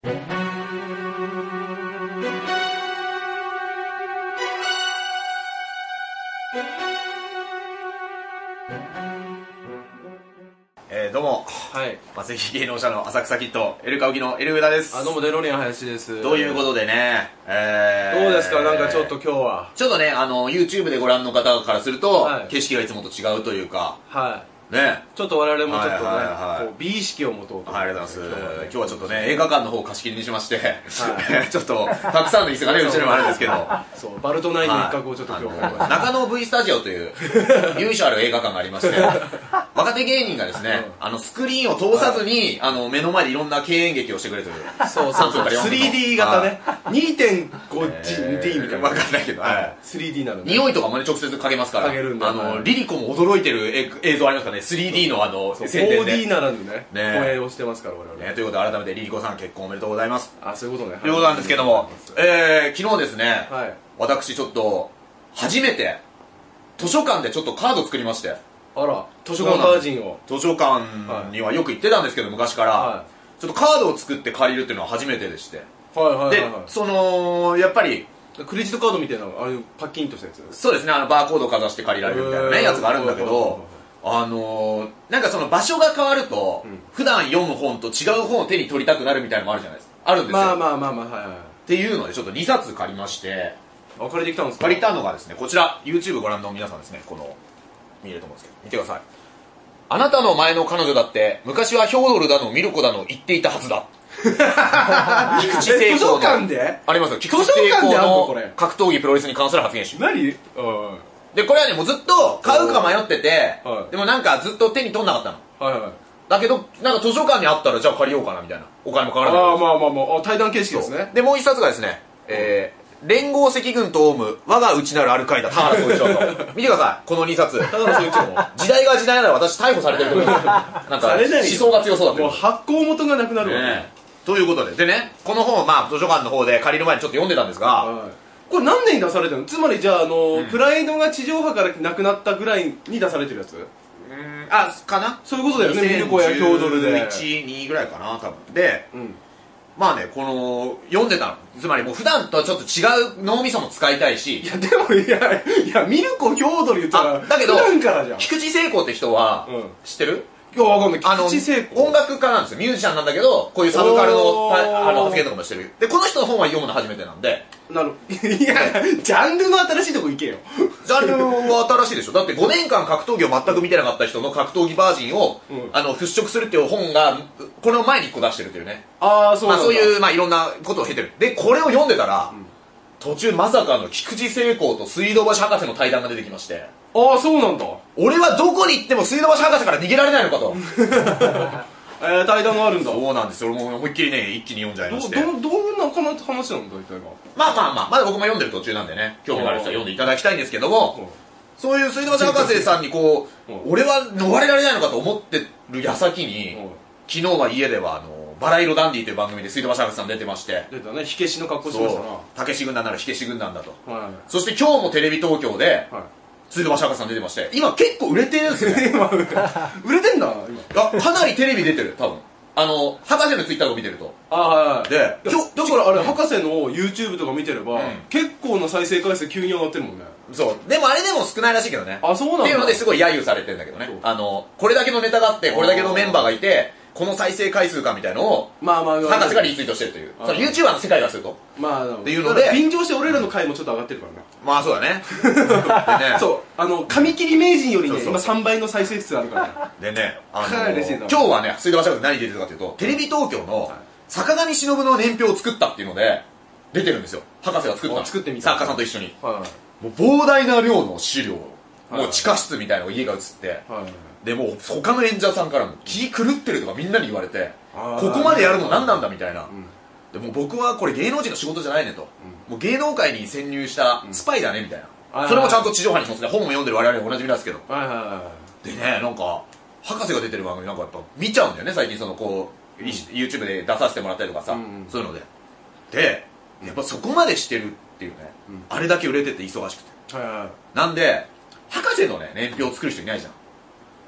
どうも、はい、マセキ芸能者の浅草キッド、エルカウキのエルウダです。 どうもデロリアン林です。 ということでね、 どうですか、なんかちょっと今日は。 ちょっとね、YouTube でご覧の方からすると、はい、景色がいつもと違うというか、 はい。 ね、 ちょっと我々もちょっとね、美意識を持とうと。 ありがとうございます。今日はちょっとね、映画館の方を貸し切りにしまして、ちょっと、たくさんの椅子がね、うちにもあるんですけど、 そう、バルトナインの一角をちょっと今日中野 V スタジオという、由緒ある映画館がありまして、若手芸人がですね、スクリーンを通さずに、目の前でいろんな敬遠劇をしてくれるという。 そう、3分から4分。3D 型ね。2.5D みたいな。 わかんないけど、 3D なのね。 匂いとかもね、直接かけますから、リリコも驚いてる映像ありますからね、3D の宣伝で。4D ならぬね、放映をしてますから、我々ね。 ということで、改めてリリコさん結婚おめでとうございます。 そういうことね。 ということなんですけども、昨日ですね、私ちょっと、初めて、図書館でちょっとカード作りまして。 あら、図書館バージンを。 図書館にはよく行ってたんですけど、昔から、ちょっとカードを作って借りるっていうのは初めてでして。で、やっぱり、 クレジットカードみたいな、ああいうパッキンとしたやつ。 そうですね、バーコードかざして借りられるみたいなね、やつがあるんだけど、なんかその場所が変わると、普段読む本と違う本を手に取りたくなるみたいなのもあるじゃないですか。あるんですよ。 まあ、はい。 っていうので、ちょっと2冊借りまして、 借りてきたんですか？ 借りたのがですね、こちら、YouTube ご覧の皆さんですね、見えると思うんですけど、見てください。あなたの前の彼女だって、昔はヒョードルだの、ミルコだの言っていたはずだ。菊池聖子の。 図書館でありますよ。菊池聖子の格闘技プロレスに関する発言集。 何？ で、これはね、もうずっと買うか迷ってて、でもなんかずっと手に取んなかったの。だけど、なんか図書館にあったらじゃあ借りようかなみたいな。お金もかからない。 まあ、対談形式ですね。 で、もう一冊がですね、連合赤軍とオウム、我が内なるアルカイダ、田原総一郎と。見てください、この2冊。 田原総一郎。 時代が時代なら私逮捕されてると思います。なんか、思想が強そうだって。 もう発行元がなくなるわね。ということで。でね、この本をまあ図書館の方で借りる前にちょっと読んでたんですが、 これ何年に出されてるの？つまりじゃあ、プライドが地上波からなくなったぐらいに出されてるやつ？ かな？ そういうことだよね、ミルコやヒョードルで。 1、2ぐらいかな、多分。で、まあね、読んでたの。つまりもう普段とはちょっと違う脳みそも使いたいし。 いや、でも、いや、ミルコ、ヒョードル言ったら、 だけど、 普段からじゃん。 菊池聖子って人は、知ってる？ いや、わかんない。菊池聖子。 音楽家なんですよ。ミュージシャンなんだけど、こういうサブカルの発言とかもしてる。で、この人の本は読むの初めてなんで。 いや、ジャンルの新しいとこ行けよ。 ジャンルは新しいでしょ。だって5年間格闘技を全く見てなかった人の格闘技バージンを、払拭するっていう本が、この前に1個出してるっていうね。そういう、いろんなことを経てる。で、これを読んでたら、途中まさかの菊池聖子と水道橋博士の対談が出てきまして。 そうなんだ。 俺はどこに行っても水道橋博士から逃げられないのかと。 対談があるんだ。 そうなんですよ。俺も思いっきりね、一気に読んじゃいまして。 どんな話なの大体が。 まだ僕も読んでる途中なんでね、興味がある人は読んでいただきたいんですけども、そういう水道橋博士さんに俺は逃れられないのかと思ってる矢先に、昨日は家ではバラ色ダンディという番組で水道橋博士さん出てまして。 出たね、火消しの格好してましたな。 たけし軍団なら火消し軍団だと。そして今日もテレビ東京で、水道橋博士さん出てまして、今結構売れてるんですよね。 売れてんだ今。かなりテレビ出てる、多分。博士のツイッターを見てると。 で、だからあれ、博士の YouTube とか見てれば、結構な再生回数急に上がってるもんね。 そう。でもあれでも少ないらしいけどね。 そうなんだ。 っていうのですごい揶揄されてるんだけどね。これだけのネタがあって、これだけのメンバーがいて、この再生回数かみたいのを、博士がリツイートしてるという。その YouTuber の世界がすると。っていうので。 便乗して俺らの回もちょっと上がってるからね。 まあそうだね。 そう。紙切り名人よりね、今3倍の再生数あるから。 でね、 今日はね、水道橋博士何出てるかというと、テレビ東京の坂上忍の年表を作ったっていうので、出てるんですよ。博士が作ったの。 作ってみた。 作家さんと一緒に。もう膨大な量の資料、もう地下室みたいなのが家が映って、でもう他の演者さんからも気狂ってるとかみんなに言われて、ここまでやるの何なんだみたいな。でも僕はこれ芸能人の仕事じゃないねと。もう芸能界に潜入したスパイだねみたいな。それもちゃんと地上波にしますね。本も読んでる我々もおなじみなんですけど。でね、なんか、博士が出てる番組なんかやっぱ見ちゃうんだよね、最近YouTube で出させてもらったりとかさ、そういうので。で、やっぱそこまでしてるっていうね、あれだけ売れてて忙しくて。なんで、博士のね、年表を作る人いないじゃん。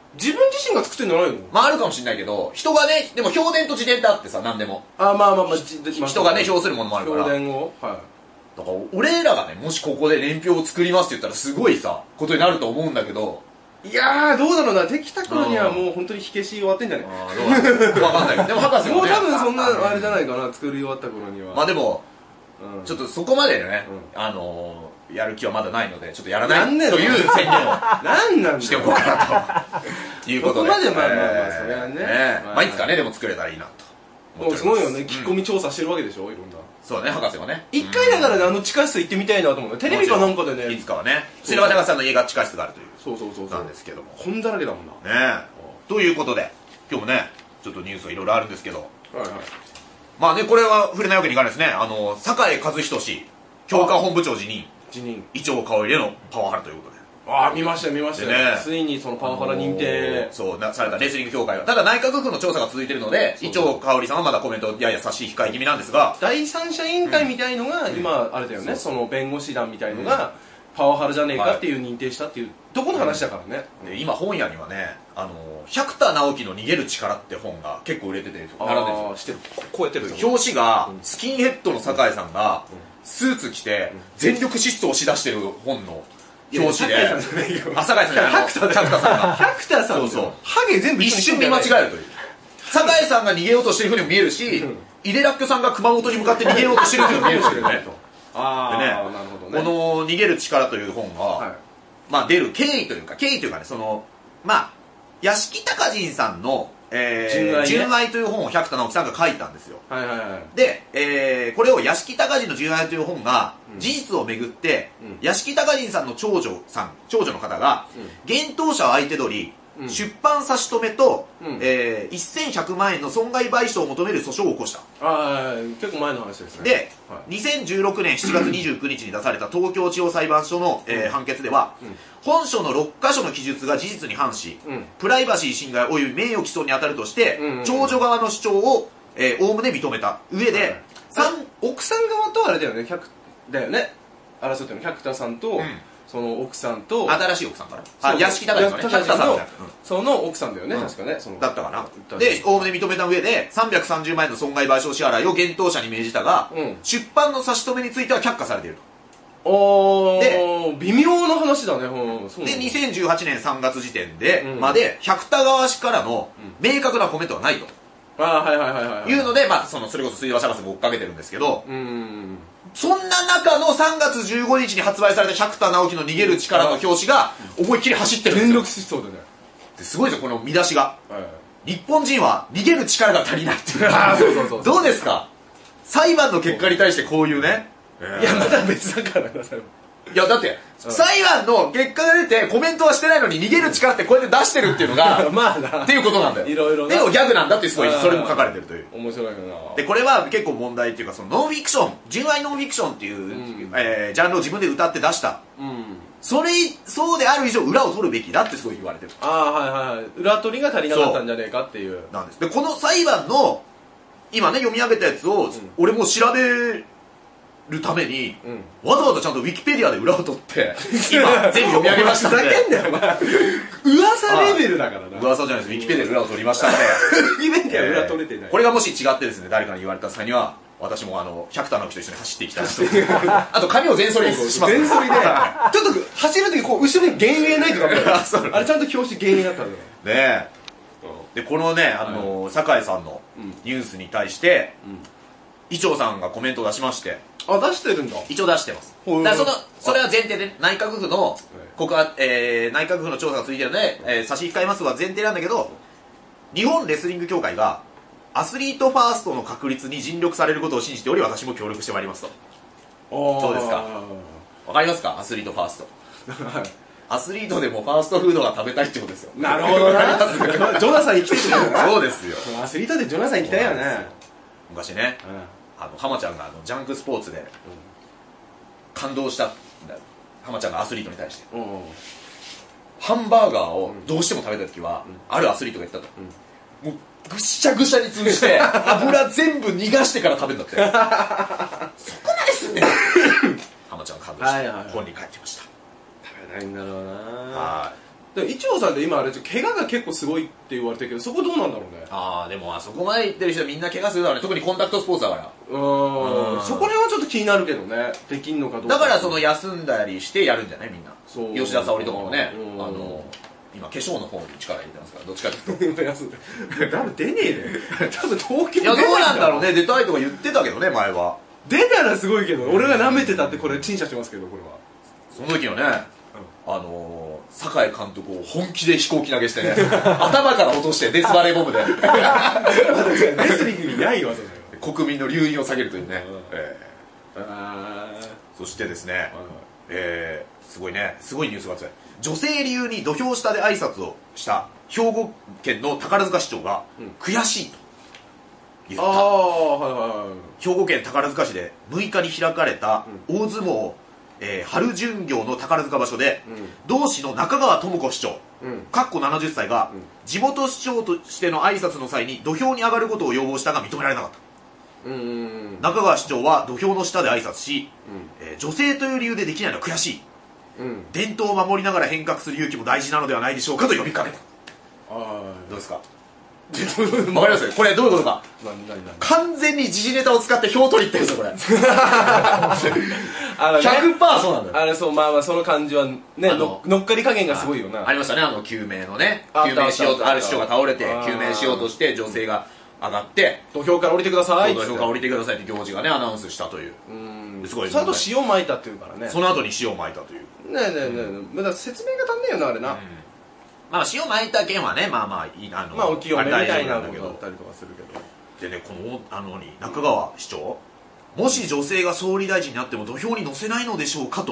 自分自身が作ってんじゃないの？ まああるかもしれないけど、人がね、でも評伝と自伝ってあってさ、何でも。 まあ、 人がね、評するものもあるから。 評伝をはい。 だから俺らがね、もしここで年表を作りますって言ったらすごいさ、ことになると思うんだけど、 いやー、どうだろうな。できた頃にはもう本当に火消し終わってんじゃねどうわかんないけど。でも博士もね。 もう多分そんな、あれじゃないかな。作り終わった頃には。 まあでも、ちょっとそこまでね、やる気はまだないので、ちょっとやらないという宣言をなんなんしておこうかなということで。 そこまでまあそれはね。 まあいつかね、でも作れたらいいなと。 もうすごいよね。聞き込み調査してるわけでしょ、いろんな。 そうね、博士はね。 一回だからね、地下室行ってみたいなと思うね。テレビかなんかでね。 いつかはね、鶴橋博士さんの家が地下室があるという。 そうなんですけども。 本だらけだもんな。 ねということで、今日もね、ちょっとニュースがいろいろあるんですけど、 はいはい。 まあね、これは触れないわけにいかないですね。坂井和人氏、教科本部長辞任、伊調香織へのパワハラということで。 見ましたね。ついにそのパワハラ認定。 されたレスリング協会が。ただ内閣府の調査が続いているので、伊調香織さんはまだコメントやや差し控え気味なんですが、 第三者委員会みたいのが、今、あれだよね、その弁護士団みたいのが、パワハラじゃねえかっていう認定したっていうとこの話だからね。 で今本屋にはね、百田直樹の逃げる力って本が結構売れてて並んでるんですよ。 こうやってる表紙がスキンヘッドの酒井さんがスーツ着て全力疾走しだしてる本の表紙で、 酒井さんじゃない、百田さんが百田さんそうハゲ全部一瞬見間違えるという。酒井さんが逃げようとしてるふうにも見えるし、井出らっきょさんが熊本に向かって逃げようとしてるふうにも見えるしね。 なるほどね。 この逃げる力という本が、まあ出る経緯というかね、まあ、屋敷隆人さんの、純愛という本を百田直樹さんが書いたんですよ。で、これを屋敷隆人の純愛という本が、事実をめぐって、屋敷隆人さんの長女の方が、幻冬者を相手取り、出版差し止めと、1100万円の損害賠償を求める訴訟を起こした。 結構前の話ですね。 で、2016年7月29日に出された東京地方裁判所の判決では、本書の6カ所の記述が事実に反し、プライバシー侵害及び名誉毀損に当たるとして、長女側の主張をおおむね認めた上で、 奥さん側とあれだよね、だよね、争ってるの百田さんと、その奥さんと新しい奥さんから屋敷隆人のね、百田さんのその奥さんだよね、確かね、 だったかな。で、おおむね認めた上で330万円の損害賠償支払いを幻冬者に命じたが、出版の差し止めについては却下されていると。 微妙な話だね。 で、2018年3月時点でまで百田側氏からの明確なコメントはないというので、まあそれこそ水橋博士も追っかけてるんですけど、そんな中の3月15日に発売された百田直樹の逃げる力の表紙が思いっきり走ってるんですよ。 全力疾走でね。 すごいですよ、この見出しが。日本人は逃げる力が足りないっていう。どうですか、裁判の結果に対してこういうね。 いや、まだ別だからな、それは。 いや、だって、裁判の結果が出てコメントはしてないのに逃げる力ってこうやって出してるっていうのが、 まあな。 っていうことなんだよ。 いろいろでもギャグなんだってすごい、それも書かれてるという。 面白いな。 で、これは結構問題っていうか、そのノンフィクション、純愛ノンフィクションっていう、ジャンルを自分で歌って出した。そうである以上裏を取るべきだってすごい言われてる。 裏取りが足りなかったんじゃねえかっていう。 なんです。で、この裁判の、今ね、読み上げたやつを、俺も調べるために、わざわざちゃんとウィキペディアで裏を取って、今、全部読み上げましたんで。 ふざけんなよ、お前。噂レベルだからな。 噂じゃないです。ウィキペディアで裏を取りましたんで。 ウィキペディア裏取れてない。 これがもし違ってですね、誰かに言われた際には、私も百田直樹と一緒に走っていきたいと。あと髪を全剃りにします。 全剃りで、ちょっと走るとき後ろに幻影ないとかあれちゃんと表紙幻影だったんだよ。 ねえ。で、このね、酒井さんのニュースに対して、伊調さんがコメントを出しまして。 出してるんだ。 一応出してます。だからそれは前提で、内閣府の、内閣府の調査が続いてるので、差し控えますは前提なんだけど、日本レスリング協会が、アスリートファーストの確立に尽力されることを信じており、私も協力してまいりますと。どうですか、わかりますか、アスリートファースト。アスリートでもファーストフードが食べたいってことですよ。 なるほどな。ジョナサン生きてるんだよ。 そうですよ。 アスリートでジョナサン行きたいよね。 昔ね、浜ちゃんがジャンクスポーツで感動したんだよ、浜ちゃんがアスリートに対して。ハンバーガーをどうしても食べた時は、あるアスリートが言ったと。もうぐっしゃぐしゃに潰して油全部逃がしてから食べるんだって。そこまですね。浜ちゃんが感動して本に書いてました。 食べないんだろうな。 でも一応さんって今あれ怪我が結構すごいって言われてるけど、そこどうなんだろうね。 ああ、でもあそこまで行ってる人はみんな怪我するだろうね。特にコンタクトスポーツだから。 そこら辺はちょっと気になるけどね、できんのかどうか。 だからその休んだりしてやるんじゃないみんな。 そう吉田沙保里とかもね、今化粧の方に力入れてますから、どっちかっていうと。 休んで多分出ねえね。多分東京いや、どうなんだろうね。出たいとか言ってたけどね、前は。 出たらすごいけど、俺が舐めてたってこれ陳謝しますけど、これは。 その時のね、酒井監督を本気で飛行機投げしてね、頭から落としてデスバレーボムで。 レスリングにないわ、それ。 国民の留飲を下げるというね。そしてですね、すごいね、すごいニュースがあって、女性理由に土俵下で挨拶をした兵庫県の宝塚市長が悔しいと言った。兵庫県宝塚市で6日に開かれた大相撲、春巡業の宝塚場所で、同市の中川智子市長、かっこ70歳が、地元市長としての挨拶の際に土俵に上がることを要望したが認められなかった。中川市長は土俵の下で挨拶し、女性という理由でできないのは悔しい、伝統を守りながら変革する勇気も大事なのではないでしょうかと呼びかけた。どうですか？わかります？これどういうことか。完全に時事ネタを使って票取りってるんですよ、これ。100% そうなんだよ。 そう、まあまあその感じはね、乗っかり加減がすごいよな。 ありましたね、救命のね。救命しようと、ある市長が倒れて、救命しようとして女性が上がって、 土俵から降りてください。 土俵から降りてくださいって行事がね、アナウンスしたという。すごい。 ちゃんと塩撒いたっていうからね。 その後に塩撒いたという。 ねえねえねえ。だから説明が足んねえよな、あれな。 まあ塩撒いた件はね、まあお清めみたいなことだったりとかするけど。 でね、この中川市長、もし女性が総理大臣になっても土俵に乗せないのでしょうかと、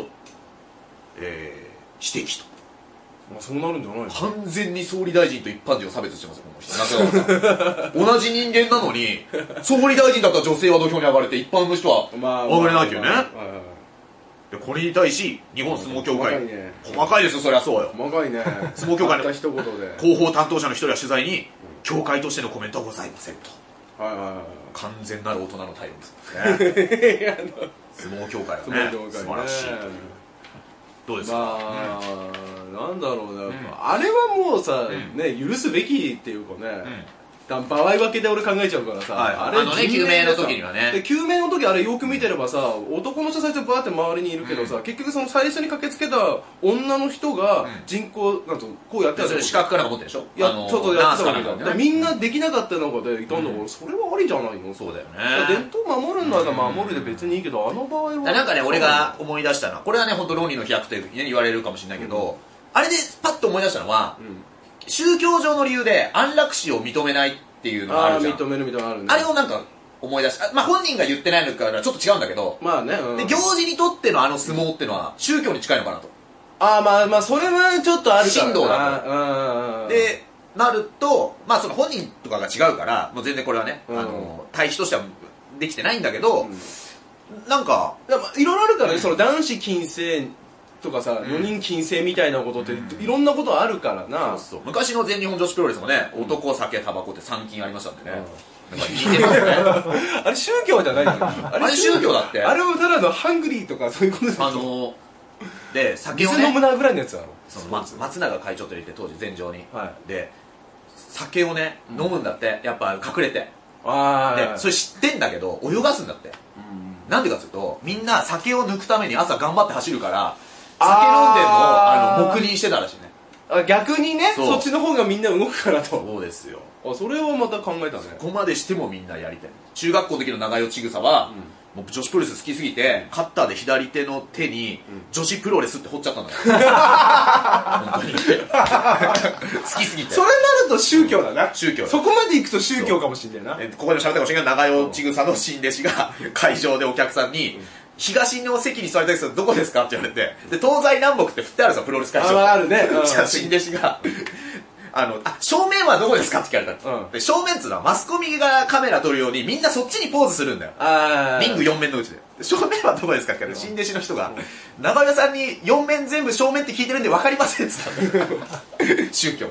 指摘と。 まあそうなるんじゃないですか。完全に総理大臣と一般人を差別してますよ、この人。中川さん。同じ人間なのに、総理大臣だったら女性は土俵に上がれて、一般の人は上がれないというね。でこれに対し日本相撲協会、細かいですよ、そりゃそうよ。 細かいね。 相撲協会の一言で広報担当者の一人は取材に、協会としてのコメントはございませんと。完全なる大人の対応ですね。相撲協会はね、素晴らしいという。どうですか？ なんだろうね、あれはもうさ、許すべきっていうかね、場合分けで俺考えちゃうからさ、 あれね、救命の時にはね。 救命の時あれよく見てればさ、男の人最初バーって周りにいるけどさ、結局その最初に駆けつけた女の人が人工、なんとこうやってた。 資格かなんか持ってるでしょ？ ちょっとやってたわけだ。みんなできなかった中でいたんだから、それはありじゃないの？ そうだよね。 伝統守るんだったら守るで別にいいけど、あの場合は。 なんかね、俺が思い出したのは、これはね、本当論理の飛躍という言われるかもしれないけど、あれでパッと思い出したのは、宗教上の理由で安楽死を認めないっていうのがあるじゃん。 認めるみたいなのあるね。 あれをなんか思い出した。まあ本人が言ってないのからちょっと違うんだけど、 まあね。 で行事にとってのあの相撲っていうのは宗教に近いのかなと。 まあそれはちょっとあるから。 神道だと。で、なると、まあその本人とかが違うから、もう全然これはね、対比としてはできてないんだけど、なんか、 いろいろあるからね、その男子禁制とかさ、4人禁制みたいなことっていろんなことあるからな。 そう昔の全日本女子プロレスもね、男、酒、タバコって3禁ありましたんでね。なんか似てますね。 あれ宗教じゃないの？ あれ宗教だって。 あれはただのハングリーとかそういうことですよ。で、酒をね、 水飲むなぐらいのやつだろ。 松永会長と言って当時前場に。で、酒をね、飲むんだって、やっぱ隠れて。で、それ知ってんだけど、泳がすんだって。なんでかっていうと、みんな酒を抜くために朝頑張って走るから、酒飲んでんのを黙認してたらしいね。 逆にね、そっちの方がみんな動くからと。 そうですよ。 それはまた考えたね。 そこまでしてもみんなやりたい。中学校の時の長与千草は、もう女子プロレス好きすぎて、カッターで左手の手に、女子プロレスって彫っちゃったのよ。本当に。好きすぎて。 それになると宗教だな。 宗教。 そこまで行くと宗教かもしれないな。 ここでも喋ったかもしれないけど、長与千草の新弟子が会場でお客さんに、東の席に座りたいですけど、どこですかって言われて、で、東西南北って振ってあるんですよ、プロレス会場。 あるね。 新弟子が、正面はどこですかって聞かれたの。で、正面っていうのはマスコミがカメラ撮るようにみんなそっちにポーズするんだよ。リング4面のうちで。正面はどこですかって聞かれて、新弟子の人が、長与さんに4面全部正面って聞いてるんで分かりませんって言ったの。宗教。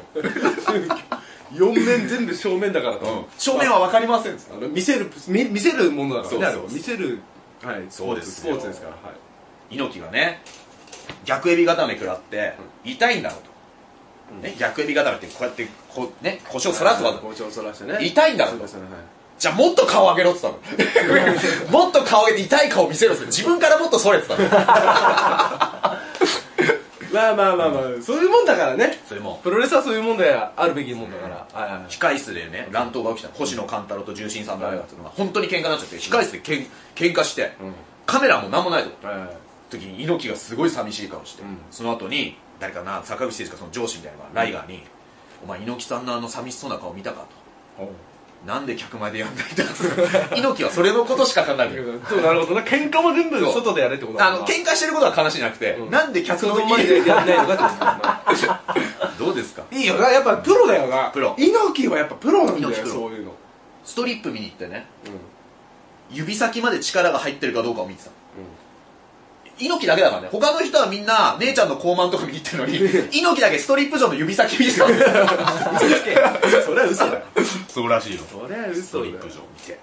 4面全部正面だからと。 正面は分かりませんって言ったの。見せるものだからね。見せる、 そうです。 スポーツですから。 猪木がね、逆エビ固め食らって、痛いんだろうと。 逆エビ固めってこうやって腰を反らすわけ。 腰を反らしてね。 痛いんだろ。じゃあもっと顔上げろって言ったの。もっと顔上げて痛い顔見せろって自分からもっとそれって言ったの。 まあ、そういうもんだからね。 それもプロレスはそういうもんであるべきもんだから。 控室でね、乱闘が起きた。星野勘太郎と重心さんの本当に喧嘩になっちゃって、控室で喧嘩して、カメラもなんもないと。時に猪木がすごい寂しい顔して、その後に誰かな、坂口誠二かその上司みたいなのがライガーに「お前猪木さんの寂しそうな顔見たか?」と。なんで客前でやんないんだ。猪木はそれのことしか考えない。 そう、なるほどな。喧嘩も全部外でやれってことだ。 喧嘩してることは話じゃなくて、なんで客の前でやんないのかってことどうですか。 いいよな、やっぱプロだよな。 プロ。 猪木はやっぱプロなんだよ、そういうの。 ストリップ見に行ってね、指先まで力が入ってるかどうかを見てた。猪木だけだからね。他の人はみんな姉ちゃんの高慢とか見に行ってるのに、猪木だけストリップ場の指先見てた。 嘘つけ。それは嘘だよ。 そうらしいよ。 それは嘘だよ。 ストリップ場見て。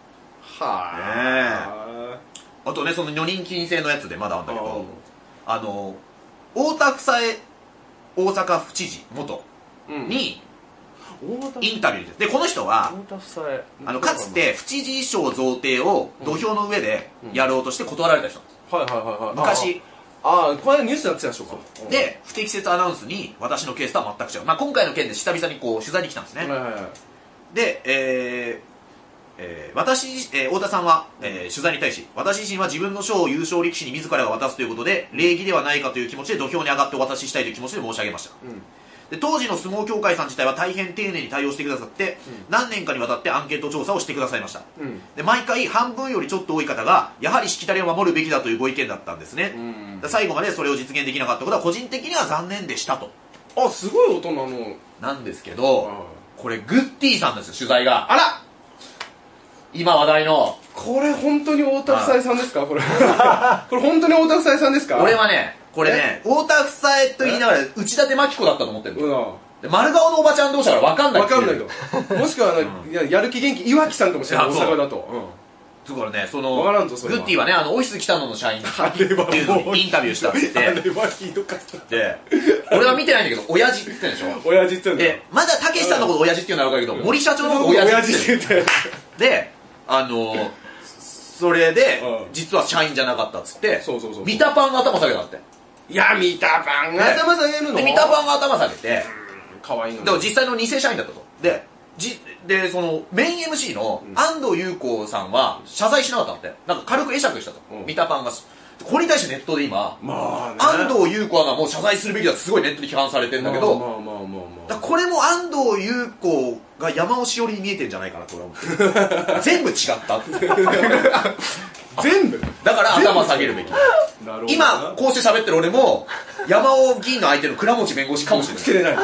はあとね、その女人禁制のやつでまだあるんだけど、太田房江大阪府知事元にインタビューで、この人はかつて府知事賞贈呈を土俵の上でやろうとして断られた人なんです。昔。 これニュースになってたでしょうか。 で、不適切アナウンスに私のケースとは全く違う。今回の件で久々にこう取材に来たんですね。で、太田さんは、取材に対し、私自身は自分の賞を優勝力士に自らが渡すということで礼儀ではないかという気持ちで土俵に上がってお渡ししたいという気持ちで申し上げました。で、当時の相撲協会さん自体は大変丁寧に対応してくださって、何年かにわたってアンケート調査をしてくださいました。で、毎回半分よりちょっと多い方がやはりしきたりを守るべきだというご意見だったんですね。最後までそれを実現できなかったことは個人的には残念でしたと。 すごい大人のなんですけど、これグッディさんですよ、取材が。 あら、 今話題の。 これ本当に太田夫妻さんですか。これこれ本当に太田夫妻さんですか。 俺はね、これね、太田夫妻と言いながら内館真紀子だったと思ってるの。丸顔のおばちゃん同士だから分かんない。 と。もしくはやる気元気岩木さんかもしれない、大阪だと。 だからね、そのグッディはね、オフィス北野の社員っていうのにインタビューしたって言って、 あれはひどかった。 で、俺は見てないんだけど親父って言ってるでしょ。 親父って言うんだ。 で、まだたけしさんのこと親父って言うのは分かるけど、森社長のこと親父って言ってる。で、それで実は社員じゃなかったっつって、ミタパンが頭下げたって。 いや、ミタパンが頭下げるの。 で、ミタパンが頭下げて、 可愛いの。 でも実際の偽社員だったと。で、そのメイン MC の安藤優子さんは謝罪しなかったって。なんか軽く会釈したと。ミタパンが。これに対してネットで今、安藤優子がもう謝罪するべきだってすごいネットで批判されてるんだけど、これも安藤優子が山尾しおりに見えてんじゃないかなと俺は思って。全部違ったって。 全部だから頭下げるべき。今こうして喋ってる俺も山尾議員の相手の倉持弁護士かもしれない。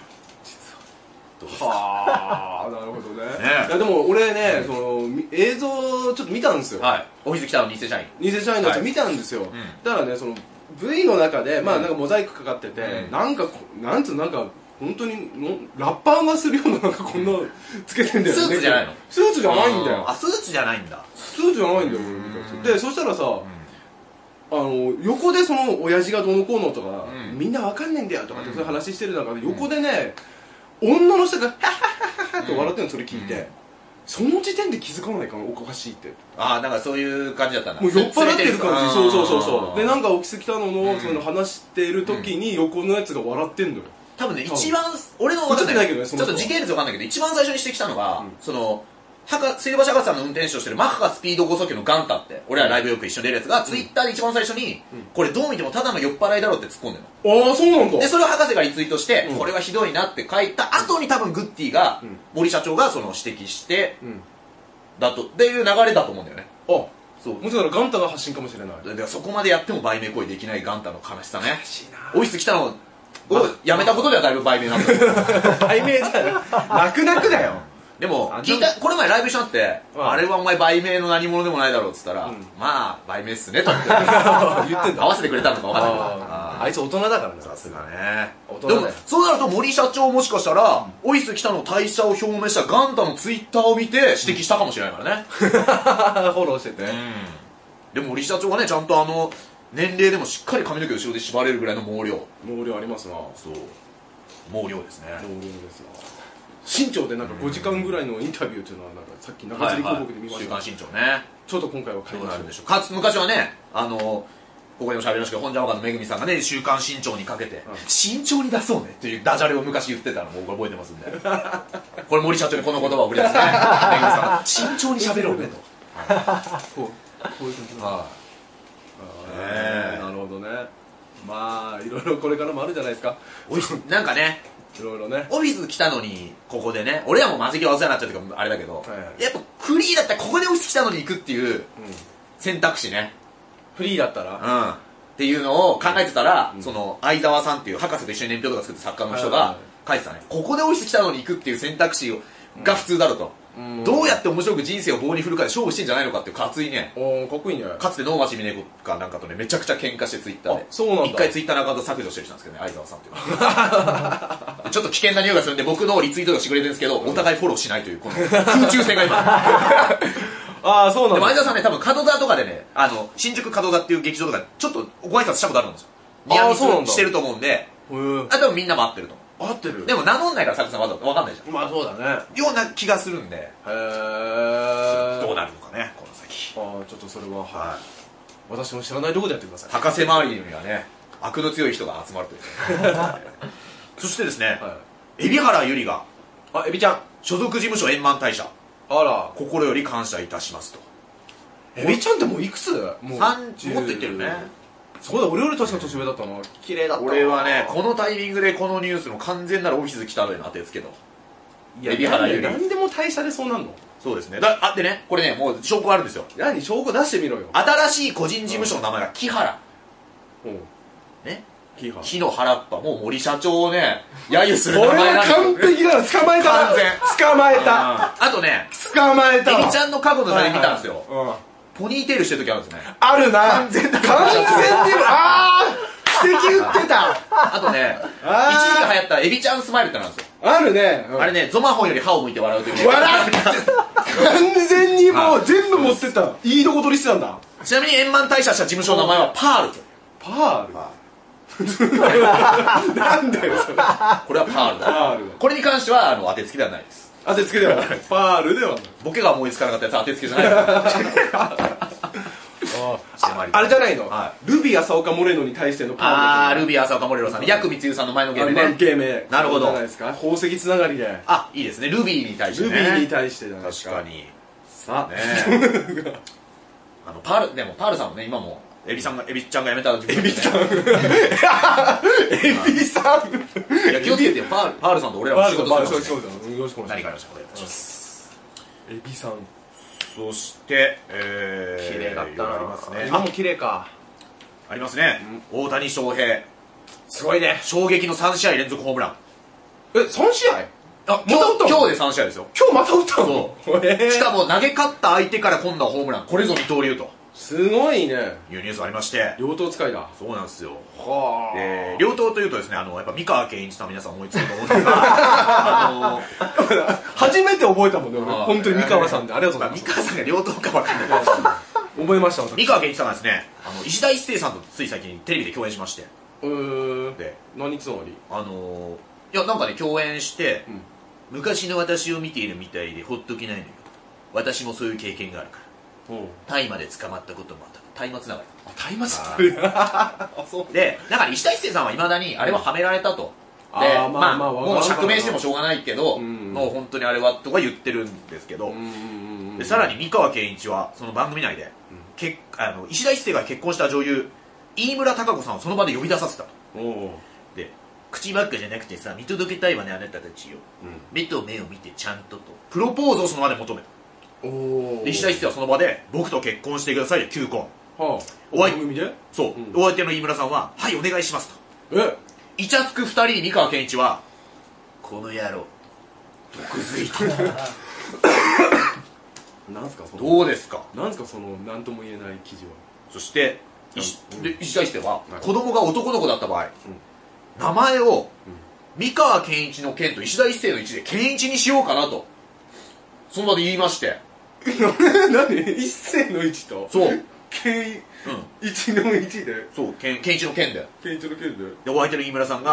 はあ、なるほどね。いやでも俺ね、その映像ちょっと見たんですよ。 オフィス北の偽社員のやつ見たんですよ。だからね、その V の中でなんかモザイクかかってて、なんかなんつうなんか本当にラッパーがするようななんかこんなつけてんだよね。 スーツじゃないの？ スーツじゃないんだよ。 スーツじゃないんだ。 スーツじゃないんだよ。で、そしたらさ、横でその親父がどうのこうのとか、みんなわかんないんだよとかってそういう話してる中で横でね、女の人がハッハッハッハッって笑ってるのそれ聞いて、その時点で気づかないかな、おかしいって。 なんかそういう感じだったんだ。 もう酔っ払ってる感じ。そうで、なんかオフィス北野のそういうの話してる時に横のやつが笑ってんのよ。 多分ね、一番俺の分かんないけどね、ちょっと時系列分かんないけど、一番最初に指摘したのが、その水道橋博士さんの運転手をしてるマッハスピード5速球のガンタって、俺らライブよく一緒に出るやつがツイッターで一番最初に、これどう見てもただの酔っ払いだろって突っ込んでるの。そうなんだ。 でそれを博士がリツイートして、これはひどいなって書いた後に多分グッディが、森社長がその指摘して、だとっていう流れだと思うんだよね。 そう。もしかしたらガンタが発信かもしれない。 だからそこまでやっても売名行為できないガンタの悲しさね。オフィス来たのをやめたことではだいぶ売名になった売名じゃ泣く泣くだよ。 でも聞いた、これ前ライブ一緒になって、あれはお前売名の何者でもないだろうっつったら、まあ売名っすねと言って合わせてくれたのか分かんないけど、 あいつ大人だからね。 さすがね。でもそうなると森社長もしかしたらオフィス来たの退社を表明したガンタのツイッターを見て指摘したかもしれないからね。 フォローしてて。 でも森社長がね、ちゃんと年齢でもしっかり髪の毛後ろで縛れるぐらいの毛量ありますな。 そう毛量ですね。 毛量ですよ。新潮でなんか5時間ぐらいのインタビューっていうのはなんかさっき中吊り広告で見ました。 週刊新潮ね。 ちょっと今回は買いましょう。昔はね、ここでも喋りましたけど、本ジャマカのめぐみさんがね、週刊新潮にかけて、新潮に出そうねっていうダジャレを昔言ってたのを僕覚えてますんで。これ森社長にこの言葉を送り出してね、めぐみさんが、新潮に喋ろうねと。 こういう感じなるほどね。まあ、いろいろこれからもあるじゃないですか。 なんかね、 いろいろね。 オフィス来たのに、ここでね、俺らもマセキはお世話になっちゃってあれだけど、やっぱフリーだったらここでオフィス来たのに行くっていう選択肢ね。 フリーだったらっていうのを考えてたら、その相沢さんっていう博士と一緒に年表とか作って作家の人が書いてたね。ここでオフィス来たのに行くっていう選択肢が普通だろうと。どうやって面白く人生を棒に振るかで勝負してんじゃないのかっていう熱いね。 かっこいいね。 かつて能町みね子かなんかとね、めちゃくちゃ喧嘩してツイッターで。 そうなんだ。 一回ツイッターのアカウント削除してる人なんですけどね、相沢さんっていうちょっと危険な匂いがするんで、僕のリツイートとかしてくれてるんですけど、お互いフォローしないという、この空中戦が今。 ああ、そうなんだ。 でも相沢さんね、多分門座とかでね、新宿門座っていう劇場とか、ちょっとご挨拶したことあるんですよ。ニアミスしてると思うんで、多分みんなも合ってると思う。 合ってる。 でも名乗んないから作家さんわかんないじゃん。 まあそうだね。 ような気がするんで。 へえ。 どうなるのかね、この先。 ちょっとそれは、はい。私も知らないところでやってください。 博士周りにはね、悪の強い人が集まるという。そしてですね、海老原ゆりが、 エビちゃん。 所属事務所円満退社。心より感謝いたしますと。 エビちゃんってもういくつ？もっと言ってるね。 そうだ、俺より確か年上だったな。綺麗だった。 俺はね、このタイミングでこのニュースの完全なるオフィス来たのに当てつけど。 海老原ゆり。なんでも退社でそうなんの？ そうですね。でね、これね、もう証拠あるんですよ。 何？証拠出してみろよ。 新しい個人事務所の名前が木原。ね。木の原っぱ。もう森社長をね、揶揄する名前なんだ。 俺は完璧だよ。捕まえた。 完全。 捕まえた。 あとね、 捕まえた。 エビちゃんの過去の写真見たんですよ。ポニーテールしてる時あるんですね。 あるな。 完全に奇跡売ってた。 あとね、一時期流行ったエビちゃんスマイルってなんですよ。 あるね。 あれね、ゾマホンより歯を向いて笑うという。 笑完全にもう全部持ってた。いいとこ取りしてたんだ。 ちなみに円満退社した事務所の名前はパール。 パールなんだよそれ。 これはパールだ。これに関しては当てつけではないです。 当てつけではない。パールではない。 ボケが思いつかなかったやつ当てつけじゃないですあれじゃないの、ルビー浅岡モレノに対してのパール。ルビー浅岡モレノさん、ヤクミツユさんの前のゲームね。 ゲーム。 なるほど。 宝石つながりで。 いいですね。ルビーに対してね。 ルビーに対してじゃないですか。 確かに。さあね。でもパールさんもね、今もエビちゃんが辞めた時エビさん。エビさん。 いや、気をつけてよ。パールさんと俺らも仕事するので。 よろしくお願いします。 何かありましたらお願いします。 エビさん。 そして綺麗だったな。 ありますね。 今も綺麗か。 ありますね。大谷翔平。 すごいね。 衝撃の3試合連続ホームラン。 3試合？ 今日で3試合ですよ。 今日また打ったの？ しかも投げ勝った相手から今度はホームラン。これぞ二刀流と。 すごいね。 いうニュースありまして。 両刀使いだ。 そうなんですよ。 はあ。両刀というとですね、やっぱ三河健一さん皆さん思いつくと思うんですが、 初めて覚えたもんね、本当に三河さんで。ありがとうございます。 三河さんが両刀か分かんない。 覚えました。 三河健一さんがですね、石田一生さんとつい最近テレビで共演しまして。 で、何つまり？ いや、なんかね、共演して、昔の私を見ているみたいでほっとけないのよ。私もそういう経験があるから。大麻で捕まったこともあった。大麻つながり。 大麻つながり。 で、だから石田一生さんはいまだにあれははめられたと。で、もう釈明してもしょうがないけど、もう本当にあれはとか言ってるんですけど、でさらに三河健一はその番組内で、石田一生が結婚した女優飯村貴子さんをその場で呼び出させたと。で、口ばっかじゃなくてさ、見届けたいわね、あなたたちよ。目と目を見てちゃんととプロポーズをその場で求めた。で石田一生はその場で僕と結婚してくださいよ、求婚。 番組で？ そう、お相手の飯村さんははいお願いしますと。イチャつく2人に三河健一はこの野郎毒づいた。 なんすかどうですか？ なんすかその何とも言えない記事は。 そして石田一生は子供が男の子だった場合、名前を三河健一の健と石田一生の一で健一にしようかなとその場で言いまして。 何？一世の一と？ そう。 一の一で？ そう、健一の健で。 健一の健で。 で、お相手の飯村さんが、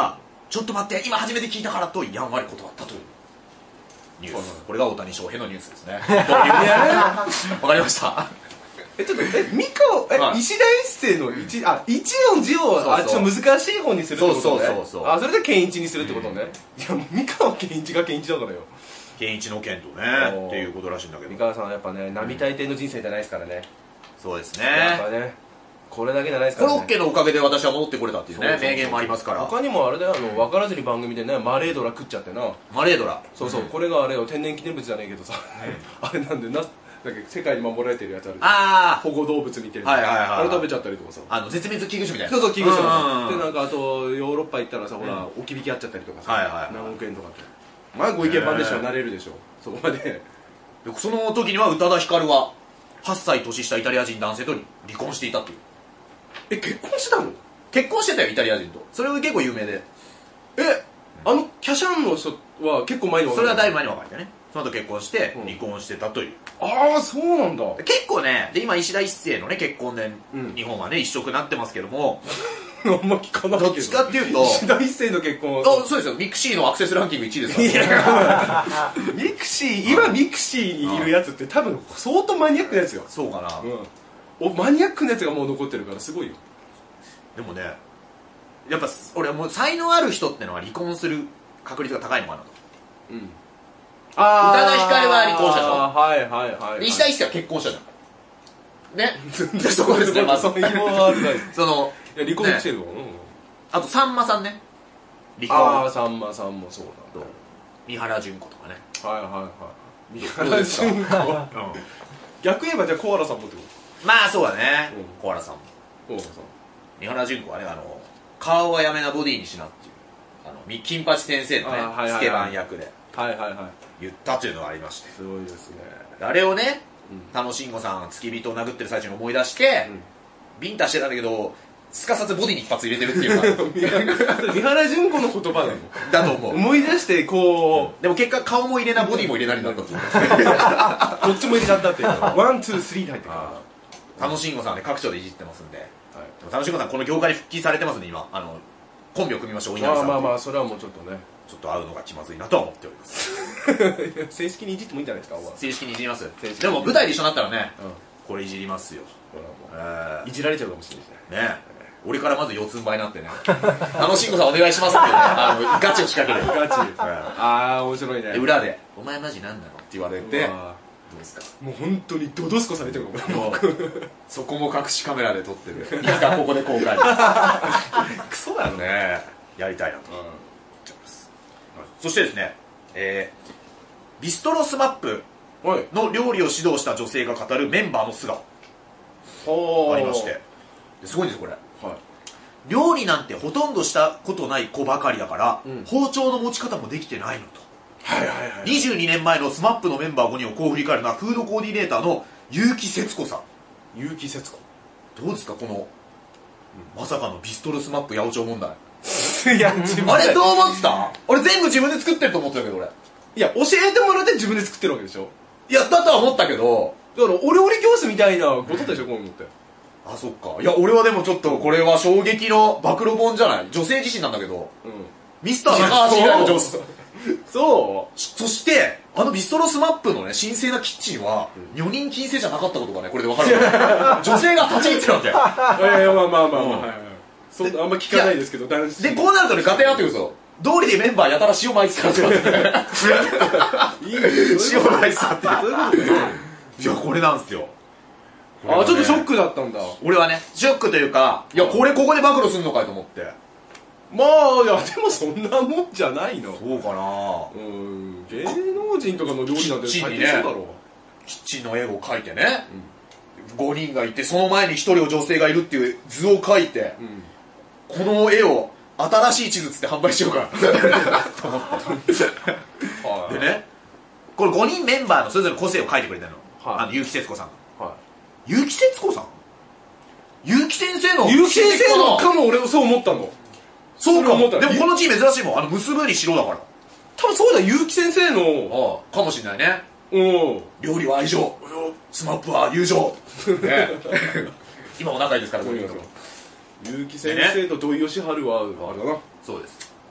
ちょっと待って今初めて聞いたからとやんわり断ったというニュース。これが大谷翔平のニュースですね。わかりました。 ちょっとミカ石田一世の一音字をちょっと難しい方にするってことね。そうそれで健一にするってことね。いやもう三河健一が健一だからよ。 健一の健とねっていうことらしいんだけど、 三河さんはやっぱね並大抵の人生じゃないですからね。 そうですね。 やっぱねこれだけじゃないですからね。 コロッケのおかげで私は戻ってこれたっていうね名言もありますから。 他にもあれだよ、分からずに番組でねマレードラ食っちゃってな。 マレードラ、 そうこれがあれよ、天然記念物じゃねえけどさ、あれなんでだっけ世界に守られてるやつあるじゃん、保護動物みたいな、あれ食べちゃったりとかさ、 絶滅危惧種みたいな。 そう危惧種で、なんかあとヨーロッパ行ったらさ、ほら置き引きあっちゃったりとかさ、何億円とかって、まあご意見番でしょ、なれるでしょ、そこまで。 その時には宇多田ヒカルは8歳年下イタリア人男性と離婚していたっていう。 結婚してたの？ 結婚してたよ、イタリア人と。それは結構有名で。 キャシャンの人は結構前に別れた。 それはだいぶ前に別れてね。その後結婚して離婚してたという。 ああ、そうなんだ。 結構ね、で今石田一世のね結婚で日本はね一色になってますけども、 あんま聞かないけど。 どっちかっていうと石田一世の結婚。 そうですよ。ミクシーのアクセスランキング1位ですからね。 ミクシー、今ミクシーにいるやつって多分相当マニアックなやつよ。 そうかな。 マニアックなやつがもう残ってるからすごいよ。 でもね、やっぱ俺はもう才能ある人ってのは離婚する確率が高いのかなと。宇多田ヒカルは離婚したでしょ。 はい。 石田一世は結婚したじゃん。ね。そこですね、まず。その離婚してるの。 あとさんまさんね。離婚。 さんまさんもそうだ。 三原純子とかね。 三原純子。逆言えばじゃあコアラさんもってこと。 まあそうだね。コアラさんも。三原純子はね、顔はやめなボディにしなっていう、金八先生のねスケバン役で言ったというのがありまして、 すごいですね。 あれをね、楽しんごさん付き人を殴ってる最中に思い出してビンタしてたんだけど、すかさずボディに一発入れてるっていうか三原純子の言葉なのだと思う。 思い出してこう、 でも結果顔も入れなボディも入れなになったっていうどっちも入れちゃったっていうワンツースリーで入ってるから。 楽しんごさんね各所でいじってますんで、楽しんごさんこの業界に復帰されてますんで、今コンビを組みましょう。 まあそれはもうちょっとね、 ちょっと会うのが気まずいなとは思っております。 正式にいじってもいいんじゃないですか。 正式にいじります。でも舞台で一緒になったらね、これいじりますよ。 いじられちゃうかもしれないね。俺からまず四つん這いになってね、楽しんごさんお願いしますってね、ガチを仕掛ける。 ガチ。面白いね。 裏でお前マジなんなのって言われて、どうですか。 もう本当にドドスコされてるかも。 そこも隠しカメラで撮ってる。いつかここで公開。クソだよね。やりたいなと思ってます。そしてですね、ビストロスマップの料理を指導した女性が語るメンバーの素顔ありまして、すごいんですこれ。料理なんてほとんどしたことない子ばかりだから、包丁の持ち方もできてないのと。22年前の SMAP のメンバー5人をこう振り返るのはフードコーディネーターの結城節子さん。 結城節子、 どうですかこの、まさかのビストロスマップ八百長問題。 いやあれどう思ってた？俺全部自分で作ってると思ってたけど。俺いや教えてもらって自分で作ってるわけでしょ。 いやだとは思ったけど、 だからお料理教室みたいなことでしょこういうのって。 あ、そっか。いや俺はでもちょっとこれは衝撃の暴露本じゃない。女性自身なんだけど、ミスター高橋以外の女性そうそしてビストロスマップのね神聖なキッチンは女人禁制じゃなかったことがねこれで分かるわけ。女性が立ち入ってるわけ。 いやまあそんなあんま聞かないですけど、男子でこうなるとねガテンあってくるぞ。道理でメンバーやたら塩巻いてたって塩巻いてたっていやこれなんすよ。 ちょっとショックだったんだ。 俺はねショックというか、いやこれここで暴露すんのかいと思って。 まあいやでもそんなもんじゃないの。 そうかな。 芸能人とかの料理なんて最低そうだろ。 キッチンの絵を描いてね、5人がいてその前に1人女性がいるっていう図を描いて、この絵を新しい地図つって販売しようかと思ってでね、これ5人メンバーのそれぞれ個性を描いてくれてるの、結城節子さんが。結城節子さん、結城先生の結城先生のかも。俺もそう思ったの。 そうかも。でもこの字珍しいもん。結ぶに白だから。 多分そうだ、結城先生のかもしれないね。料理は愛情、スマップは友情。今お仲いいですから。 結城先生と土井善晴はあれだな。 そうです。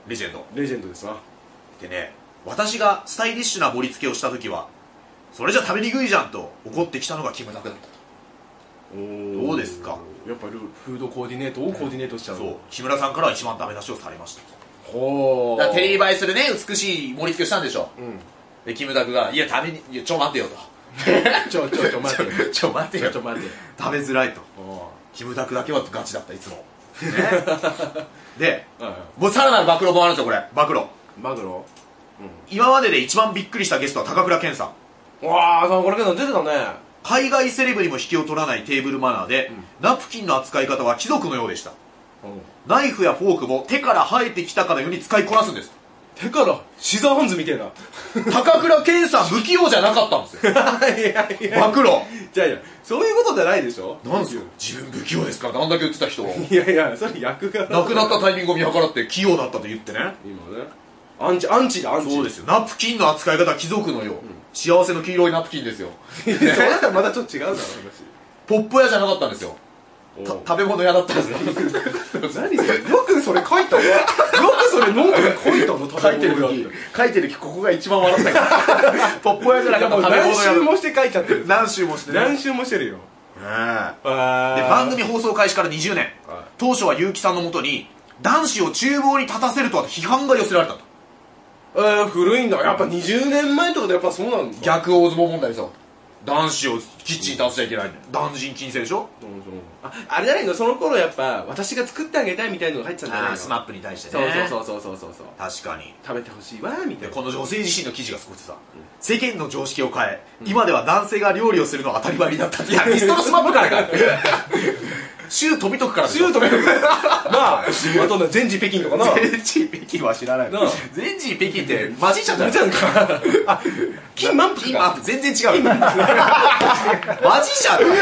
レジェンドレジェンドですわ。 でね、私がスタイリッシュな盛り付けをした時はそれじゃ食べにくいじゃんと怒ってきたのがキムタクだったと。どうですか。 やっぱりフードコーディネートをコーディネートしちゃう、 そう、木村さんからは一番ダメ出しをされました。 ほだからテレビ映えするね美しい盛り付けをしたんでしょ、 うん、 でキムタクがいや食べにいやちょ待てよとちょ待てよちょ待てよちょ待てよ食べづらいと。キムタクだけはガチだったいつも、ね、で、もうさらなる暴露本あるんですよこれ。暴露マグロ、 今までで一番びっくりしたゲストは高倉健さん。 わあ、これけど出てたね。 海外セレブにも引けを取らないテーブルマナーで、ナプキンの扱い方は貴族のようでした。ナイフやフォークも手から生えてきたかのように使いこなすんです。 手からシザーハンズみたいな。 高倉健さん不器用じゃなかったんですよ。 いや暴露じゃあいや、そういうことじゃないでしょ。 なんすよ自分不器用ですからってあんだけ言ってた人いやいや、それ役が亡くなったタイミングを見計らって器用だったと言ってね。 今ね、アンチだ、アンチ。 そうですよ。ナプキンの扱い方は貴族のよう、幸せの黄色いナプキンですよ。 それだったらまたちょっと違うだろ、話。 ポップ屋じゃなかったんですよ。食べ物屋だったんですよ。 何それ、よくそれ書いたの。よくそれノートに書いたの。 書いてる時ここが一番笑ったからポップ屋じゃなかった食べ物屋。 何周もして書いちゃってる。 何周もしてね。 何周もしてるよ。 で番組放送開始から20年、当初は結城さんのもとに男子を厨房に立たせるとは批判が寄せられたと。 古いんだ。やっぱ20年前とかでやっぱそうなんだ。 逆大相撲問題ですよ。男子をキッチンに立たせちゃいけない、男人禁制でしょ。 あれじゃないの、その頃やっぱ私が作ってあげたいみたいなのが入ってたんじゃないの。 スマップに対してね。 そう確かに食べてほしいわみたいな。 この女性自身の記事がすごくてさ、世間の常識を変え、今では男性が料理をするのは当たり前になった。いやリストのスマップからか州飛びとくからでしょ。 州飛びとくまあとね、全治北京とかな。 全治北京は知らないな。全治北京ってマジシャンじゃないあ、金満腹。 金満腹全然違う。マジシャン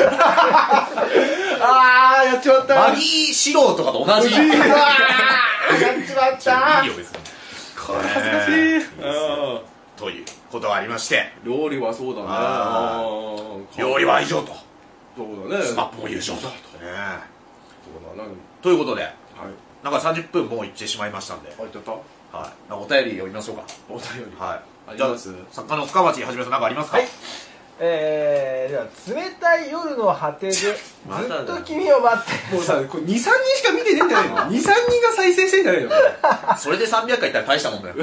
あー、やっちまった。 マギーシローとかと同じ。やっちまった。 いいよ別に。 これ恥ずかしい。 ということがありまして、 料理はそうだね。 料理は以上と。 そうだね。 スマップも優勝と。 そうだね。 ということで、なんか30分もういってしまいましたんで、 入ってた。 はい。お便り読みましょうか。 お便り。 はい。 じゃあ作家の深町はじめさんなんかありますか。 はい。では冷たい夜の果てでずっと君を待って。 もうさ、これ2、3人しか見てねえんじゃないの。2、3人が再生してんじゃないの。 それで300回いったら大したもんだよ。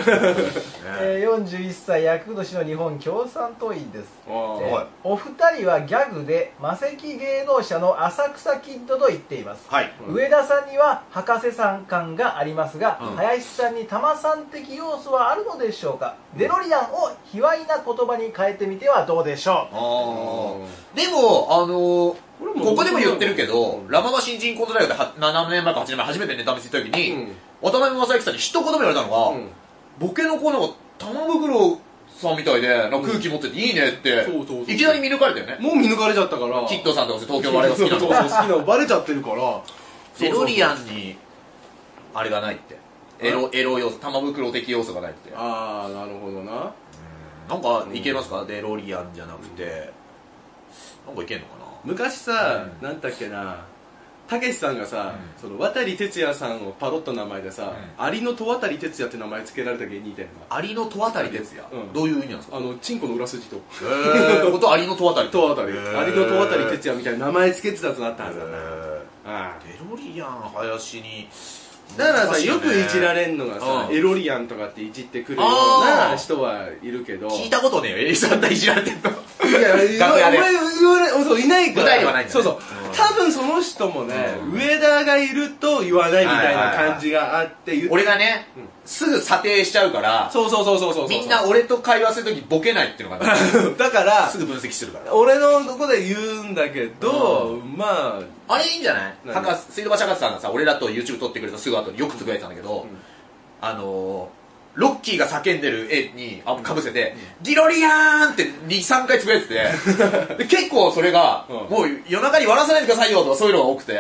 41歳厄年の日本共産党員です。 はいお二人はギャグで魔石芸能者の浅草キッドと言っています。 はい。 上田さんには博士さん感がありますが、林さんに玉さん的要素はあるのでしょうか。デロリアンを卑猥な言葉に変えてみてはどうでしょう。 でもここでも言ってるけど、ラママ新人コント大学で7年前か8年前初めてネタ見せた時に、渡辺正行さんに一言目言われたのが、ボケの子の玉袋さんみたいで空気持ってていいねっていきなり見抜かれたよね。 もう見抜かれちゃったから。 キッドさんとか東京バレーが好きなの。 好きなのバレちゃってるから。 デロリアンにあれがないって、エロ要素、玉袋的要素がないって。 ああ、なるほどな。 なんかいけますか、デロリアンじゃなくてなんかいけんのかな。 昔さ、なんだっけな、たけしさんがさ、その渡哲也さんをパロッと名前でさ、アリの戸渡哲也って名前付けられた芸人いたよな。 アリの戸渡哲也、どういう意味なんですか。 チンコの裏筋とことアリの戸渡アリの戸渡哲也みたいな名前付けてたとなったはずだな。 デロリアン林にだからさ、よくいじられんのがさ、エロリアンとかっていじってくるような人はいるけど、 聞いたことねえよ、エリさんがいじられてんの。 いや、いないから。 舞台にはないんだね。 そうそう。多分その人もね、上田がいると言わないみたいな感じがあって、 俺がね、すぐ査定しちゃうから、 そうみんな俺と会話するときボケないっていうのがだからすぐ分析してるから。 俺のとこで言うんだけど、まああれいいんじゃない。水道橋博士さんがさ、俺らと YouTube 撮ってくれたすぐ後によくつぶやいてたんだけど、ロッキーが叫んでる絵にかぶせて、ディロリアーンって2、3回つぶやいてて、で結構それが、もう夜中に笑わせないでくださいよとかそういうのが多くて、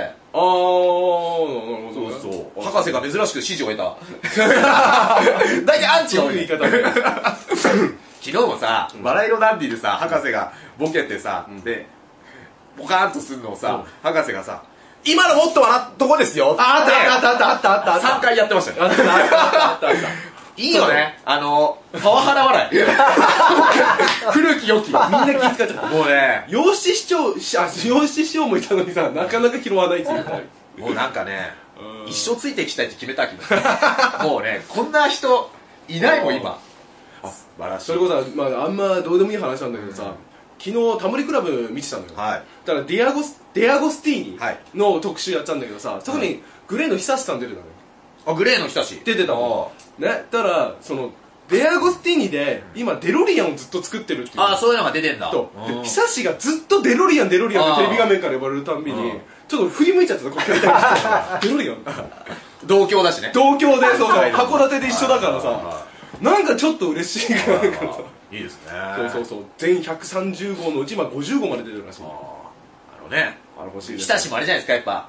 そう博士が珍しく支持を得た。大体アンチが多い、ね、昨日もさ、笑いのダンディでさ、博士がボケてさ、でボカーンとするのをさ、博士がさ、 今のもっと笑っとこですよ。 あった 3回やってましたね。いいよね。パワハラ笑い。古き良き。 みんな気遣っちゃった。 もうね、 養子師匠もいたのにさ、なかなか拾わないっていうか。 もうなんかね、一生ついていきたいって決めた気分。もうね、こんな人いないもん今。素晴らしい。 それこそ、まあ、あんまどうでもいい話なんだけどさ、昨日タモリクラブ見てたのよ。 はい。 だからディアゴスティーニの特集やってたんだけどさ、そこにグレーの久志さん出てたのよ。 あ、グレーの久志出てたの。ね、だからそのデアゴスティーニで今デロリアンをずっと作ってるっていう。 ああ、そういうのが出てんだ。 と久志がずっとデロリアンってテレビ画面から呼ばれるたんびにちょっと振り向いちゃってた、こう携帯がデロリアン同郷だしね。 同郷で、そうそう、函館で一緒だからさ、なんかちょっと嬉しいからさ。 いいですね。 そう全130号のうち今50号まで出てるらしい。 ね、 欲しいです。 久しもあれじゃないですか、やっぱ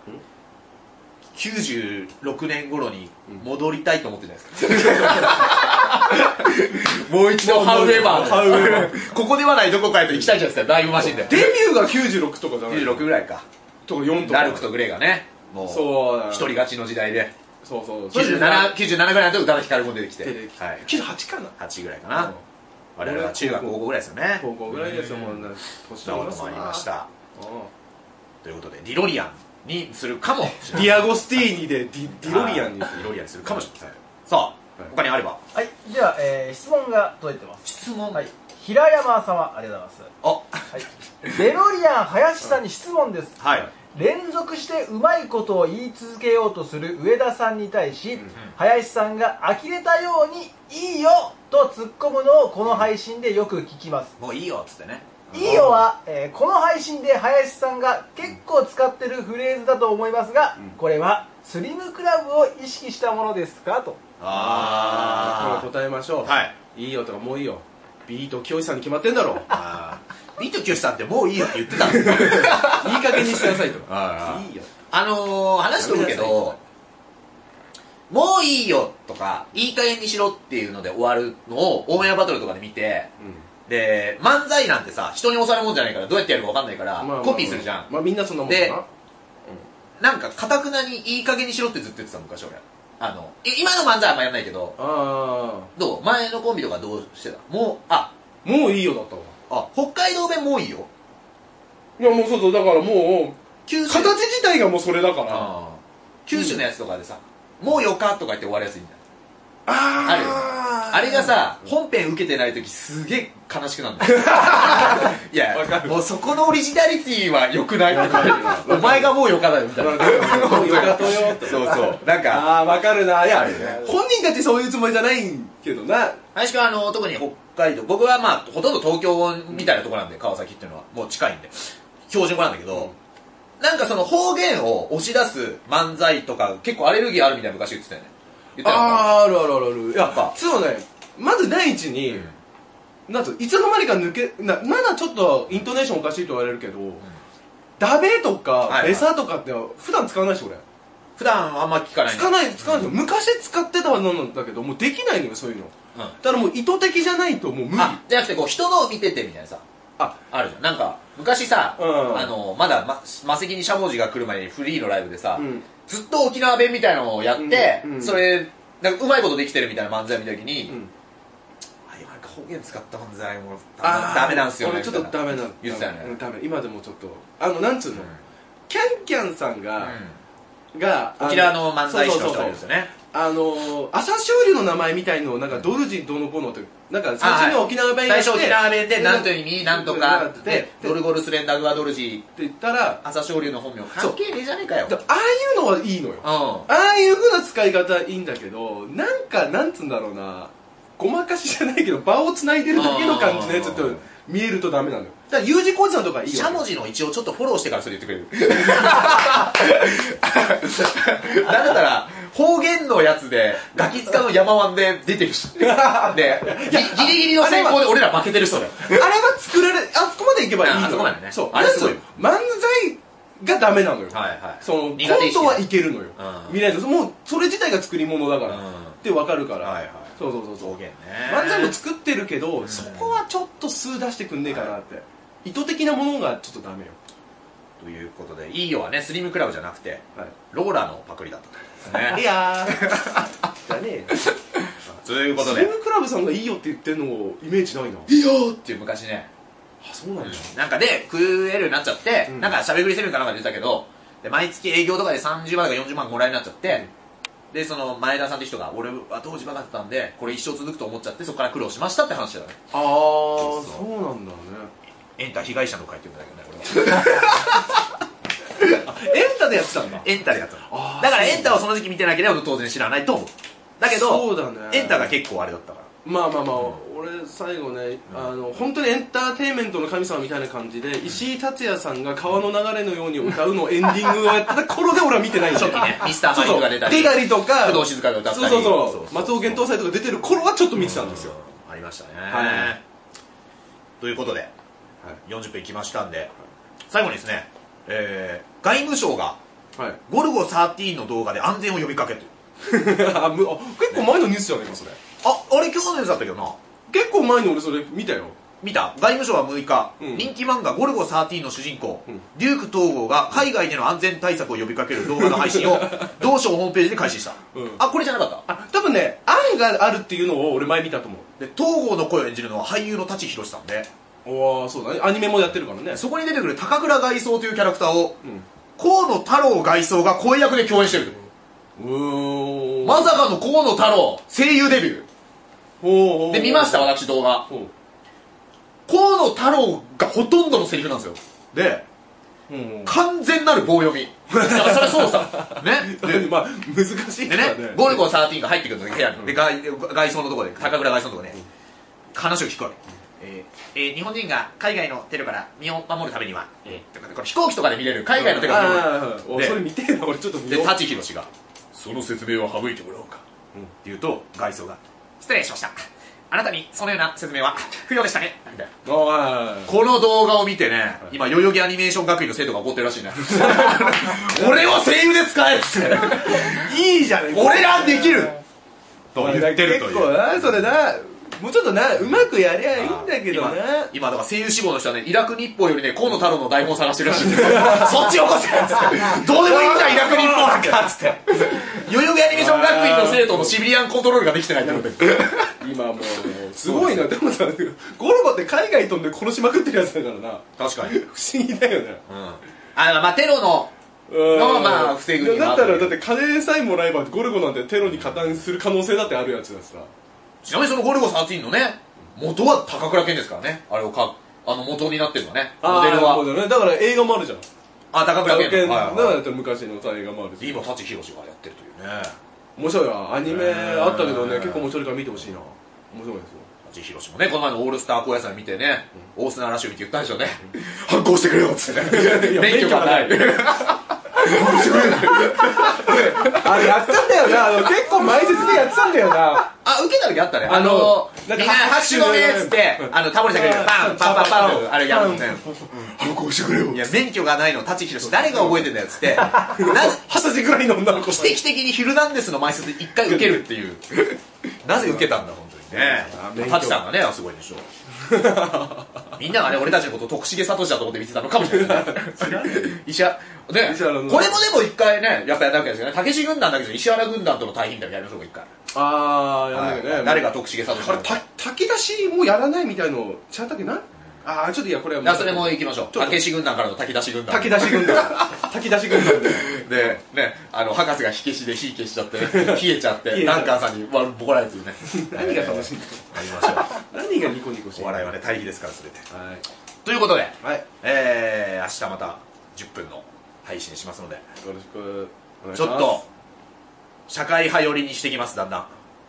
96年頃に戻りたいと思ってるじゃないですか。もう一度ハウエバー。ここではないどこかへと行きたいじゃないですか、ライブマシンで。 デビューが96とかじゃない 96ぐらいか。 とか4とか。 ラルクとグレーがね、もう一人勝ちの時代で。 そう 97ぐらいだと宇多田ヒカルも出てきて、 98かな、 8ぐらいかな。我々は中学高校ぐらいですよね。 高校ぐらいですよ、もう年のこともありました。ということでディロリアンにするかもしれない。 ディアゴスティーニでディロリアンにするかもしれない。さあ、他にあれば。 はい、では、質問が届いてます。 質問。 はい、平山様、ありがとうございます。はい、デロリアン林さんに質問です。 はい。 連続してうまいことを言い続けようとする上田さんに対し、林さんが呆れたようにいいよと突っ込むのをこの配信でよく聞きます。 もういいよっつってね。 いいよは、この配信で林さんが結構使ってるフレーズだと思いますが、これはスリムクラブを意識したものですかと。 これ答えましょう。はい。いいよとかもういいよ。ビート清さんに決まってんだろ。 ビート清さんってもういいよって言ってたんですよ。 いい加減にしてなさいと。 いいよ。話しとくけど、もういいよとか、いい加減にしろっていうので終わるのをオンエアバトルとかで見て、で、漫才なんてさ、人に教わるもんじゃないから、どうやってやるか分かんないから、コピーするじゃん。 まあみんなそんなもんだな。 で、なんか、かたくなにいい加減にしろってずっと言ってた、昔俺。今の漫才はあんまやんないけど、どう前のコンビとかどうしてた？もういいよだったわ。 北海道弁もういいよ。 いやもうそうだからもう、形自体がもうそれだから。 九州のやつとかでさ、もうよかとか言って終わるやついいんだよ。あるよね。あれがさ、本編受けてないときすげえ悲しくなるんだよ。いや、もうそこのオリジナリティは良くないってお前がもうよかだよみたいな。 もうよかとよって。 そうそう。なんか。 わかるな。いや、本人たちそういうつもりじゃないけどな。 林くんは特に北海道、僕はまあ、ほとんど東京みたいなとこなんで、川崎っていうのは。もう近いんで。標準語なんだけど、なんかその方言を押し出す漫才とか結構アレルギーあるみたいな昔言ってたよね。 ある。いや、そうね、まず第一に、なんといつの間にかまだちょっとイントネーションおかしいと言われるけど、ダベとかベサとかって普段使わないし俺。 普段あんま聞かない。 使わない。昔使ってたはなんなんだけど、もうできないのよ、そういうの。だからもう意図的じゃないともう無理。 じゃなくてこう人のを見ててみたいなさ。あるじゃん。なんか昔さ、まだマセキにしゃもじが来る前にフリーのライブでさ、ずっと沖縄弁みたいなのをやって、それなんかうまいことできてるみたいな漫才見た時に、なんか方言使った漫才もダメなんすよね。 ちょっとダメなの。 言ってたよね。 ダメ。今でもちょっとなんつうの、キャンキャンさんが沖縄の漫才師の人がいるんですよね。 朝青龍の名前みたいのをなんかドルジどうのこうのってなんか最初に沖縄弁やって最初沖縄弁でなんという意味なんとかでドルゴルスレンダグアドルジーって言ったら朝青龍の本名関係ねえじゃねえかよ。 ああいうのはいいのよ。ああいう風な使い方いいんだけど、なんかなんつうんだろうな、ごまかしじゃないけど場をつないでるだけの感じのやつって見えるとダメなのよ。だから U 字工事さんとかいいよ。 しゃもじの一応ちょっとフォローしてからそれ言ってくれる。なんだったら方言のやつでガキ使の山ワンで出てるし。でギリギリの成功で俺ら負けてる人だよ。 あれは作られ、あそこまでいけばいいのよ。 あそこまでね。 そう。あれすごい。漫才がダメなのよ。そのコントはいけるのよ。見ないともうそれ自体が作り物だからってわかるから。そう方言ね。漫才も作ってるけど、そこはちょっと数出してくんねえかなって。意図的なものがちょっとダメよ。 ということで、いいよはね、スリムクラブじゃなくて、ローラのパクリだったと。 いやーじゃねえということで、 スリムクラブさんがいいよって言ってんのイメージないな。 いいよっていう昔ね、 そうなんだ。 なんかで食えるようになっちゃって、なんかしゃべくりセブンかなんかで出たけど、で毎月営業とかで30万とか40万もらえるようになっちゃって、でその前田さんって人が、俺は当時バカだったんでこれ一生続くと思っちゃって、そこから苦労しましたって話だね。 ああ、そうなんだね。 エンタ被害者の会って言うんだけどね、俺はエンタでやってたんだ。 エンタでやったの。だからエンタをその時期見てなければ当然知らないと思う。だけどそうだね、 エンタが結構あれだったから、 まあまあまあ、俺最後ね、本当にエンターテインメントの神様みたいな感じで、石井達也さんが川の流れのように歌うのをエンディングをやってた頃で俺は見てないんだよ。 初期ね、ミスターマイクが出たり、 出たりとか、 工藤静香が歌ったり、 そう松尾幻冬祭とか出てる頃はちょっと見てたんですよ。 ありましたね、 はい、 ということで、40分いきましたんで、最後にですね、外務省がゴルゴ13の動画で安全を呼びかけてる結構前のニュースじゃないかそれ。 あれ今日のニュースだったけどな。 結構前に俺それ見たよ。 見た？外務省は6日、人気漫画ゴルゴ13の主人公、デューク東郷が海外での安全対策を呼びかける動画の配信を同省ホームページで開始した、あ、これじゃなかった？ 多分ね、案があるっていうのを俺前見たと思う。 で、東郷の声を演じるのは俳優の舘ひろしさんで、 おー、そうだね、アニメもやってるからね。 そこに出てくる高倉外装というキャラクターを、河野太郎外装が声役で共演してる。まさかの河野太郎声優デビューで、見ました私動画。河野太郎がほとんどのセリフなんですよ。で、完全なる棒読み。それそうさね。で、 まあ難しいからね。 でね、ゴルゴ13が入ってくるの部屋に、で外装のところで、高倉外装のところで話を聞くわけ。日本人が海外のテロから身を守るためには、これ飛行機とかで見れる海外のテロから見れる。 それ見てえな、俺ちょっと見よう。 で、舘ひろしがその説明を省いてもらおうかって言うと、外装が失礼しました、あなたにそのような説明は不要でしたねみたいな。この動画を見てね、今代々木アニメーション学院の生徒が怒ってるらしいね。俺を声優で使えっつっていいじゃん、 俺らできると言ってるという。 結構な、それな、もうちょっとな、うまくやりゃいいんだけどな。 今だから声優志望の人はね、イラク日報よりね、河野太郎の台本を探してるらしいんですよ。そっちよこせっつって、どうでもいいんだイラク日報なんかっつって、代々木アニメーション学院の生徒のシビリアンコントロールができてないってことで、今もうすごいな。でもさ、ゴルゴって海外飛んで殺しまくってるやつだからな。 確かに不思議だよね。 まあテロのまあ防ぐにはだったら、だって金さえもらえばゴルゴなんてテロに加担する可能性だってあるやつだしさ。 ちなみにそのゴルゴ13のね、元は高倉健ですからね。あれを元になってるのはね、モデルは。 だから映画もあるじゃん。 高倉健。 だから昔の映画もあるし。 今舘ひろしがやってるというね。 面白いわ。アニメあったけどね、結構面白いから見てほしいな。面白いですよ。 舘ひろしもね、この前のオールスター高野菜見てね、大砂嵐を見て言ったんでしょうね。反抗してくれよっつってね。免許がない。 あれやったんだよな。結構前説でやってたんだよな。 受けた時あったね。みんな拍手のねっつって、タモリさんがパンパンパンパンあれやるんだよ。反抗してくれよ。いや、免許がないの舘ひろし誰が覚えてんだよっつって、 20歳ぐらいの女の子。 奇跡的にヒルナンデスの前説で一回受けるっていう。なぜ受けたんだ、本当にね。舘さんがね、すごいでしょ。みんながね、俺たちのこと徳重聡だと思って見てたのかもしれない。医者ね、これもでも一回ね、やっぱやったわけですよね。武志軍団だけど石原軍団との対比みたいなのやりましょうか、一回。 やんなきゃね。 誰が徳重聡あれ、炊き出しもやらないみたいのちゃったっけな。ちょっといや、これはそれも行きましょう。武志軍団からの炊き出し軍団。 炊き出し軍団。炊き出し軍団で。 で、ね、博士が火消しで火消しちゃって、冷えちゃって、ダンカーさんにボコられてるね。 何が楽しいんだよ。 やりましょう。 何がニコニコしてお笑いはね、対比ですから、すべて。ということで、明日また10分の配信しますので、 よろしくお願いします。 ちょっと、社会派寄りにしてきます、だんだん。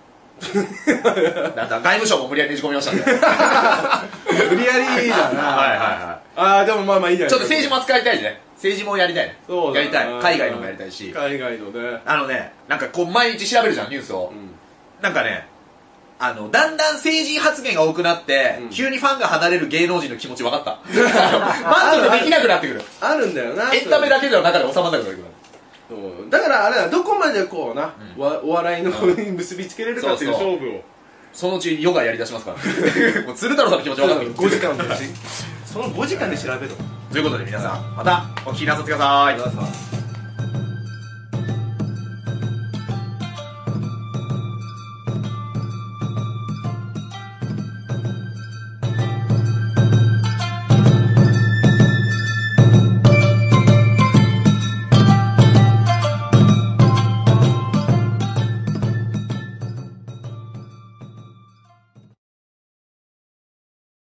外務省も無理やりねじ込みましたんで。 無理やりだな。でもまあまあいいじゃない。 ちょっと政治も扱いたいね。政治もやりたいね。やりたい。海外のもやりたいし。 海外のね。 なんかこう毎日調べるじゃん、ニュースを。なんかね、だんだん政治発言が多くなって、急にファンが離れる芸能人の気持ち分かった。満足できなくなってくる。 あるんだよな。 エンタメだけでの中で収まらなくなってくる。 だからあれだ、どこまでこうな、お笑いのに結びつけれるかっていう勝負を。 そのうちヨガやりだしますから。もう鶴太郎さんの気持ち分かってくる。 5時間でその5時間で調べろということで皆さんまたお聞きなさってください。 ありがとうございます。